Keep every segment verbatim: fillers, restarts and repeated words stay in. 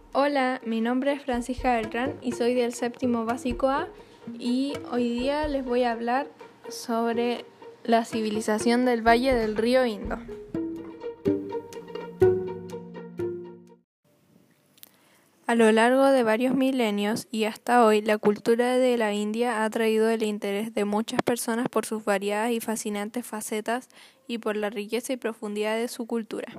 Hola, mi nombre es Francisca Beltrán y soy del séptimo básico A y hoy día les voy a hablar sobre la civilización del Valle del Río Indo. A lo largo de varios milenios y hasta hoy, la cultura de la India ha atraído el interés de muchas personas por sus variadas y fascinantes facetas y por la riqueza y profundidad de su cultura.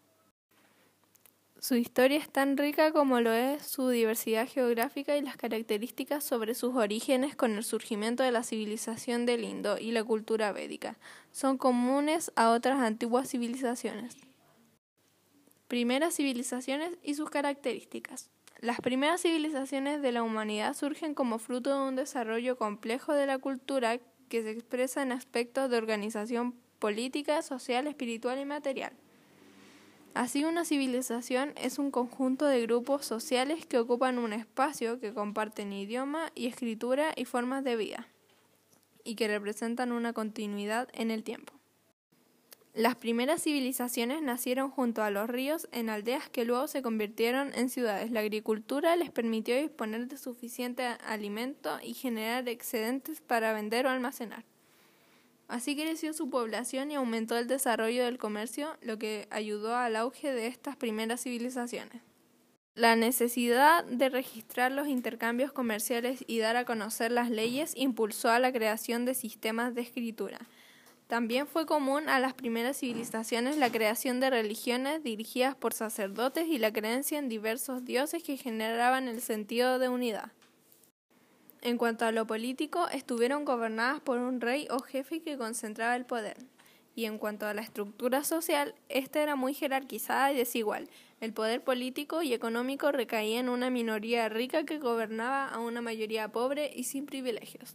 Su historia es tan rica como lo es su diversidad geográfica y las características sobre sus orígenes con el surgimiento de la civilización del Indo y la cultura védica. Son comunes a otras antiguas civilizaciones. Primeras civilizaciones y sus características. Las primeras civilizaciones de la humanidad surgen como fruto de un desarrollo complejo de la cultura que se expresa en aspectos de organización política, social, espiritual y material. Así, una civilización es un conjunto de grupos sociales que ocupan un espacio, que comparten idioma y escritura y formas de vida, y que representan una continuidad en el tiempo. Las primeras civilizaciones nacieron junto a los ríos en aldeas que luego se convirtieron en ciudades. La agricultura les permitió disponer de suficiente alimento y generar excedentes para vender o almacenar. Así creció su población y aumentó el desarrollo del comercio, lo que ayudó al auge de estas primeras civilizaciones. La necesidad de registrar los intercambios comerciales y dar a conocer las leyes impulsó a la creación de sistemas de escritura. También fue común a las primeras civilizaciones la creación de religiones dirigidas por sacerdotes y la creencia en diversos dioses que generaban el sentido de unidad. En cuanto a lo político, estuvieron gobernadas por un rey o jefe que concentraba el poder. Y en cuanto a la estructura social, esta era muy jerarquizada y desigual. El poder político y económico recaía en una minoría rica que gobernaba a una mayoría pobre y sin privilegios.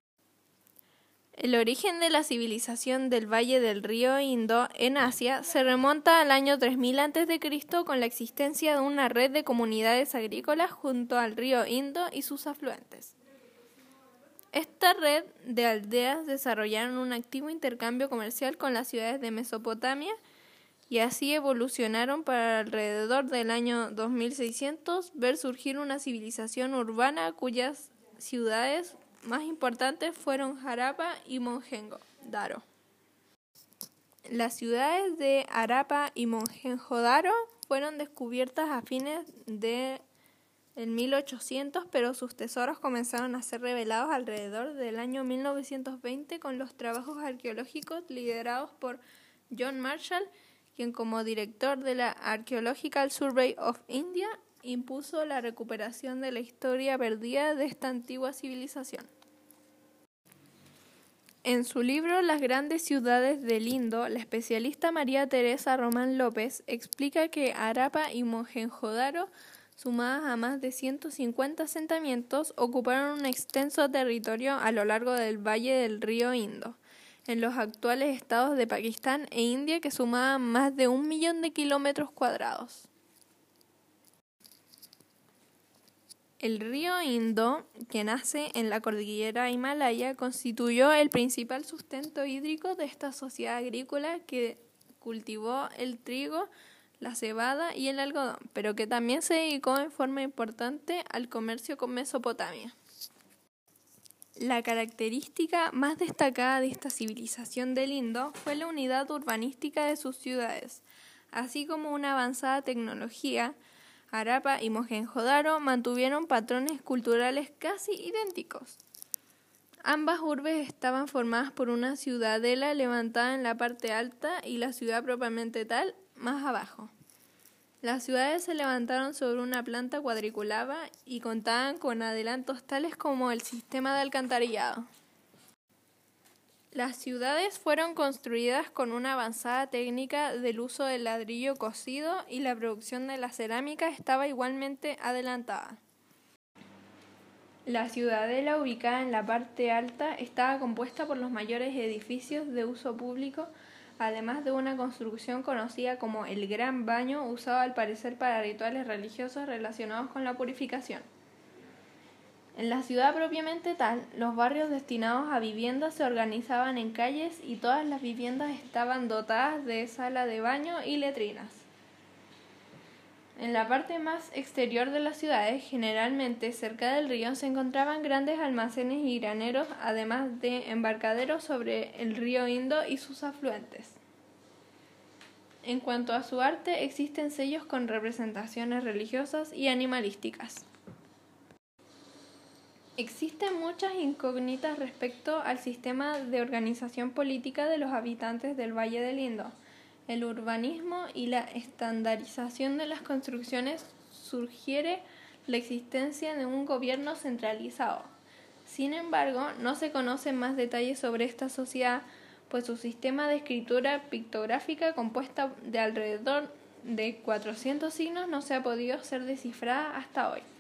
El origen de la civilización del Valle del Río Indo en Asia se remonta al año tres mil antes de Cristo con la existencia de una red de comunidades agrícolas junto al río Indo y sus afluentes. Esta red de aldeas desarrollaron un activo intercambio comercial con las ciudades de Mesopotamia y así evolucionaron para alrededor del año dos mil seiscientos ver surgir una civilización urbana cuyas ciudades más importantes fueron Harappa y Mohenjo-Daro. Las ciudades de Harappa y Mohenjo-Daro fueron descubiertas a fines de en mil ochocientos, pero sus tesoros comenzaron a ser revelados alrededor del año mil novecientos veinte con los trabajos arqueológicos liderados por John Marshall, quien como director de la Archaeological Survey of India impuso la recuperación de la historia perdida de esta antigua civilización. En su libro Las grandes ciudades del Indo, la especialista María Teresa Román López explica que Harappa y Mohenjo-Daro, sumadas a más de ciento cincuenta asentamientos, ocuparon un extenso territorio a lo largo del valle del río Indo, en los actuales estados de Pakistán e India, que sumaban más de un millón de kilómetros cuadrados. El río Indo, que nace en la cordillera Himalaya, constituyó el principal sustento hídrico de esta sociedad agrícola que cultivó el trigo, la cebada y el algodón, pero que también se dedicó en forma importante al comercio con Mesopotamia. La característica más destacada de esta civilización del Indo fue la unidad urbanística de sus ciudades, así como una avanzada tecnología. Harappa y Mohenjo-Daro mantuvieron patrones culturales casi idénticos. Ambas urbes estaban formadas por una ciudadela levantada en la parte alta y la ciudad propiamente tal más abajo. Las ciudades se levantaron sobre una planta cuadriculada y contaban con adelantos tales como el sistema de alcantarillado. Las ciudades fueron construidas con una avanzada técnica del uso del ladrillo cocido y la producción de la cerámica estaba igualmente adelantada. La ciudadela, ubicada en la parte alta, estaba compuesta por los mayores edificios de uso público, además de una construcción conocida como el Gran Baño, usado al parecer para rituales religiosos relacionados con la purificación. En la ciudad propiamente tal, los barrios destinados a viviendas se organizaban en calles y todas las viviendas estaban dotadas de sala de baño y letrinas. En la parte más exterior de las ciudades, generalmente cerca del río, se encontraban grandes almacenes y graneros, además de embarcaderos sobre el río Indo y sus afluentes. En cuanto a su arte, existen sellos con representaciones religiosas y animalísticas. Existen muchas incógnitas respecto al sistema de organización política de los habitantes del Valle del Indo. El urbanismo y la estandarización de las construcciones sugiere la existencia de un gobierno centralizado. Sin embargo, no se conocen más detalles sobre esta sociedad, pues su sistema de escritura pictográfica, compuesta de alrededor de cuatrocientos signos, no se ha podido ser descifrada hasta hoy.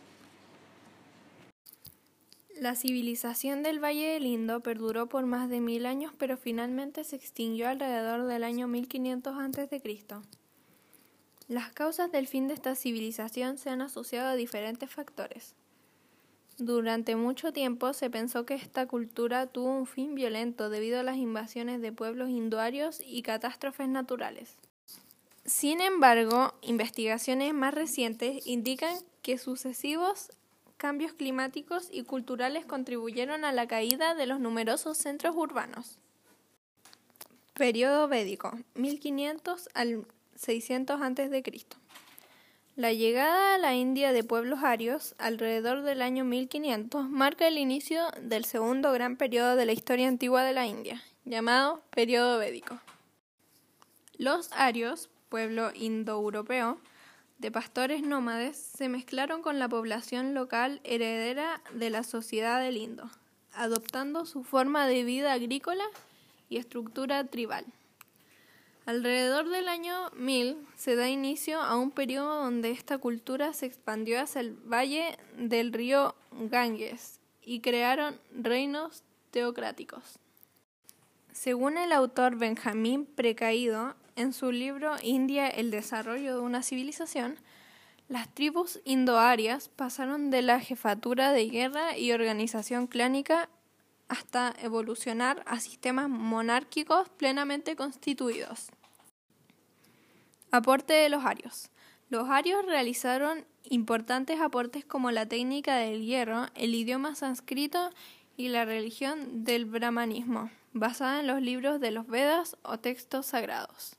La civilización del Valle del Indo perduró por más de mil años, pero finalmente se extinguió alrededor del año mil quinientos antes de Cristo. Las causas del fin de esta civilización se han asociado a diferentes factores. Durante mucho tiempo se pensó que esta cultura tuvo un fin violento debido a las invasiones de pueblos indoarios y catástrofes naturales. Sin embargo, investigaciones más recientes indican que sucesivos cambios climáticos y culturales contribuyeron a la caída de los numerosos centros urbanos. Período védico, mil quinientos al seiscientos antes de Cristo. La llegada a la India de pueblos arios, alrededor del año mil quinientos, marca el inicio del segundo gran periodo de la historia antigua de la India, llamado Período védico. Los arios, pueblo indoeuropeo, de pastores nómades, se mezclaron con la población local heredera de la sociedad del Indo, adoptando su forma de vida agrícola y estructura tribal. Alrededor del año mil se da inicio a un periodo donde esta cultura se expandió hacia el valle del río Ganges y crearon reinos teocráticos. Según el autor Benjamín Precaído, en su libro India, el desarrollo de una civilización, las tribus indoarias pasaron de la jefatura de guerra y organización clánica hasta evolucionar a sistemas monárquicos plenamente constituidos. Aporte de los arios. Los arios realizaron importantes aportes como la técnica del hierro, el idioma sánscrito y la religión del brahmanismo, basada en los libros de los Vedas o textos sagrados.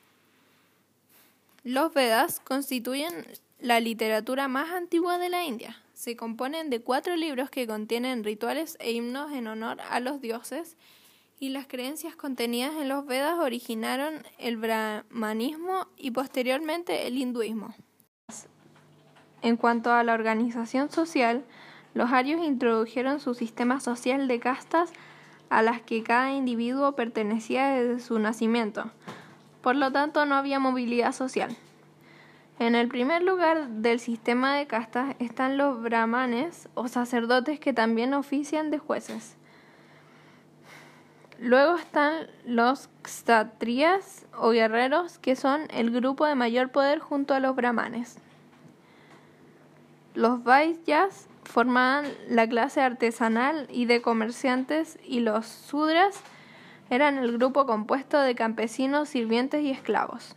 Los Vedas constituyen la literatura más antigua de la India. Se componen de cuatro libros que contienen rituales e himnos en honor a los dioses, y las creencias contenidas en los Vedas originaron el brahmanismo y posteriormente el hinduismo. En cuanto a la organización social, los arios introdujeron su sistema social de castas a las que cada individuo pertenecía desde su nacimiento. Por lo tanto, no había movilidad social. En el primer lugar del sistema de castas están los brahmanes o sacerdotes que también ofician de jueces. Luego están los kshatriyas o guerreros, que son el grupo de mayor poder junto a los brahmanes. Los vaisyas formaban la clase artesanal y de comerciantes, y los sudras eran el grupo compuesto de campesinos, sirvientes y esclavos.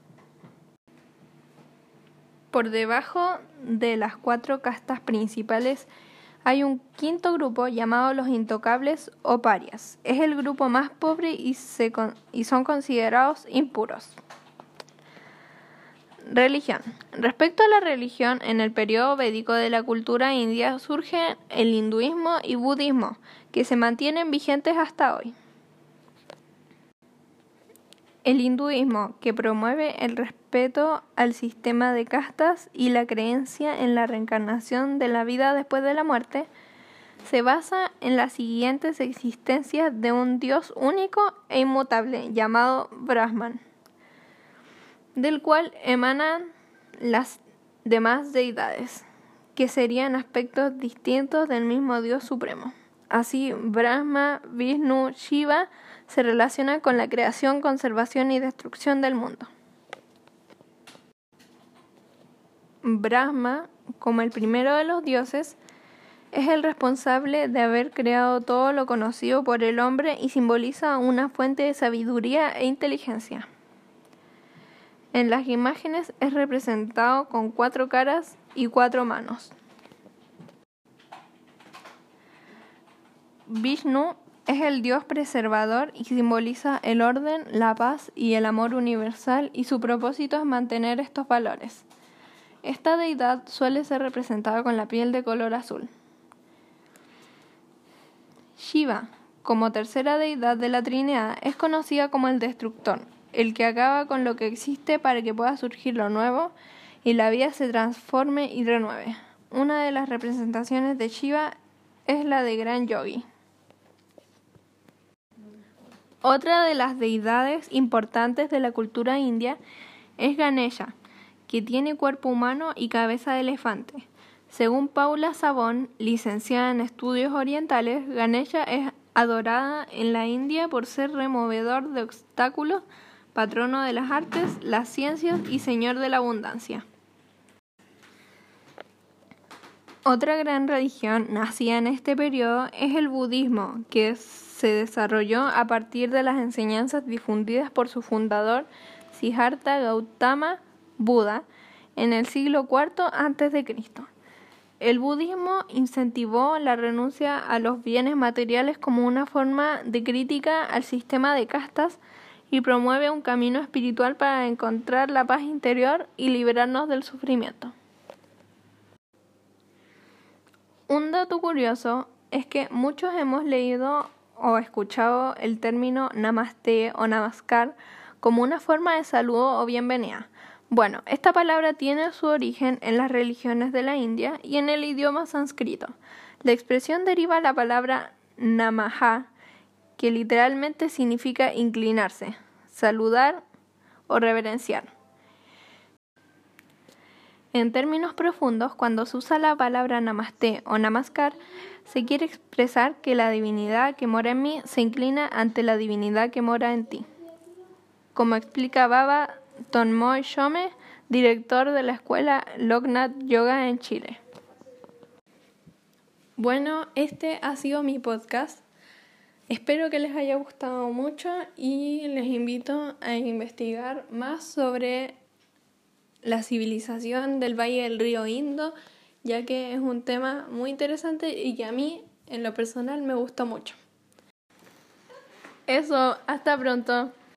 Por debajo de las cuatro castas principales hay un quinto grupo llamado los intocables o parias. Es el grupo más pobre y, se con- y son considerados impuros. Religión. Respecto a la religión, en el periodo védico de la cultura india surge el hinduismo y budismo, que se mantienen vigentes hasta hoy. El hinduismo, que promueve el respeto al sistema de castas y la creencia en la reencarnación de la vida después de la muerte, se basa en las siguientes existencias de un Dios único e inmutable llamado Brahman, del cual emanan las demás deidades, que serían aspectos distintos del mismo Dios supremo. Así, Brahma, Vishnu, Shiva se relacionan con la creación, conservación y destrucción del mundo. Brahma, como el primero de los dioses, es el responsable de haber creado todo lo conocido por el hombre y simboliza una fuente de sabiduría e inteligencia. En las imágenes es representado con cuatro caras y cuatro manos. Vishnu es el dios preservador y simboliza el orden, la paz y el amor universal, y su propósito es mantener estos valores. Esta deidad suele ser representada con la piel de color azul. Shiva, como tercera deidad de la Trinidad, es conocida como el destructor, el que acaba con lo que existe para que pueda surgir lo nuevo y la vida se transforme y renueve. Una de las representaciones de Shiva es la de Gran Yogi. Otra de las deidades importantes de la cultura india es Ganesha, que tiene cuerpo humano y cabeza de elefante. Según Paula Savon, licenciada en estudios orientales, Ganesha es adorada en la India por ser removedor de obstáculos, patrono de las artes, las ciencias y señor de la abundancia. Otra gran religión nacida en este periodo es el budismo, que se desarrolló a partir de las enseñanzas difundidas por su fundador, Siddhartha Gautama Buda, en el siglo cuarto antes de Cristo. El budismo incentivó la renuncia a los bienes materiales como una forma de crítica al sistema de castas y promueve un camino espiritual para encontrar la paz interior y liberarnos del sufrimiento. Un dato curioso es que muchos hemos leído o escuchado el término namaste o namaskar como una forma de saludo o bienvenida. Bueno, esta palabra tiene su origen en las religiones de la India y en el idioma sánscrito. La expresión deriva de la palabra namaha, que literalmente significa inclinarse, saludar o reverenciar. En términos profundos, cuando se usa la palabra namaste o namaskar, se quiere expresar que la divinidad que mora en mí se inclina ante la divinidad que mora en ti. Como explica Baba Tonmoy Shome, director de la escuela Loknath Yoga en Chile. Bueno, este ha sido mi podcast. Espero que les haya gustado mucho y les invito a investigar más sobre la civilización del Valle del Río Indo, ya que es un tema muy interesante y que a mí, en lo personal, me gusta mucho. Eso, hasta pronto.